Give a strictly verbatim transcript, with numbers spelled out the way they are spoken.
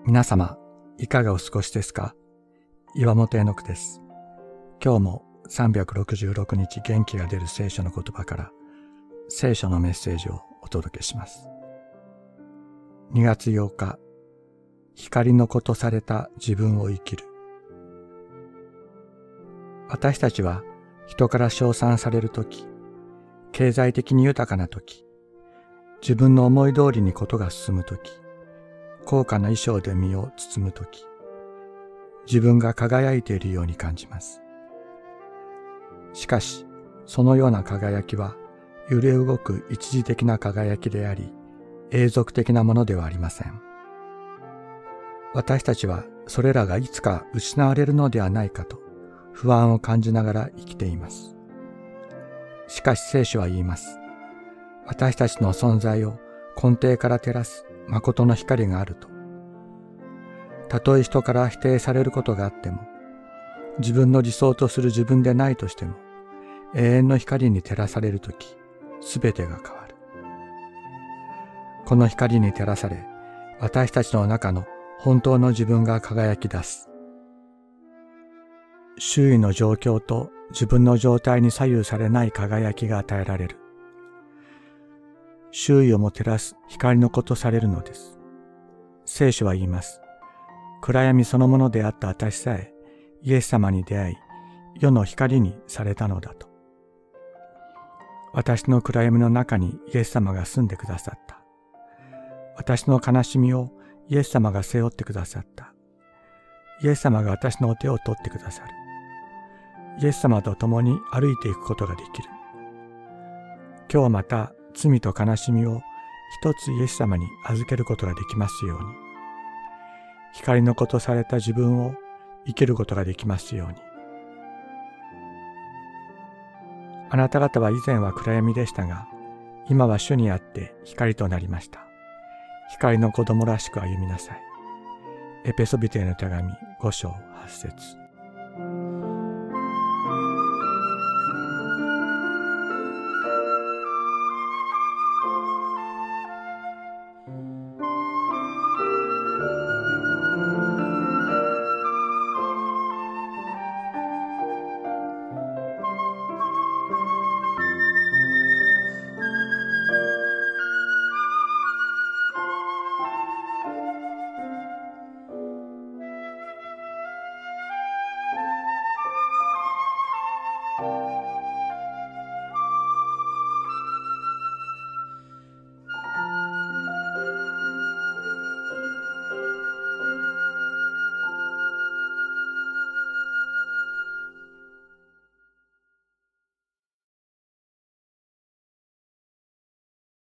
皆様、いかがお過ごしですか？岩本絵の句です。今日もさんびゃくろくじゅうろくにち元気が出る聖書の言葉から聖書のメッセージをお届けします。にがつようか、光の子とされた自分を生きる。私たちは人から称賛されるとき、経済的に豊かなとき、自分の思い通りにことが進むとき、高価な衣装で身を包むとき、自分が輝いているように感じます。しかし、そのような輝きは揺れ動く一時的な輝きであり、永続的なものではありません。私たちはそれらがいつか失われるのではないかと不安を感じながら生きています。しかし聖書は言います。私たちの存在を根底から照らす誠の光があると。たとえ人から否定されることがあっても、自分の理想とする自分でないとしても、永遠の光に照らされるとき、すべてが変わる。この光に照らされ、私たちの中の本当の自分が輝き出す。周囲の状況と自分の状態に左右されない輝きが与えられる。周囲をも照らす光の子とされるのです。聖書は言います。暗闇そのものであった私さえ、イエス様に出会い、世の光にされたのだと。私の暗闇の中にイエス様が住んでくださった。私の悲しみをイエス様が背負ってくださった。イエス様が私の手を取ってくださる。イエス様と共に歩いていくことができる。今日また罪と悲しみを一つイエス様に預けることができますように。光の子とされた自分を生きることができますように。あなた方は以前は暗闇でしたが、今は主にあって光となりました。光の子供らしく歩みなさい。エペソビテへの手紙ご章はち節。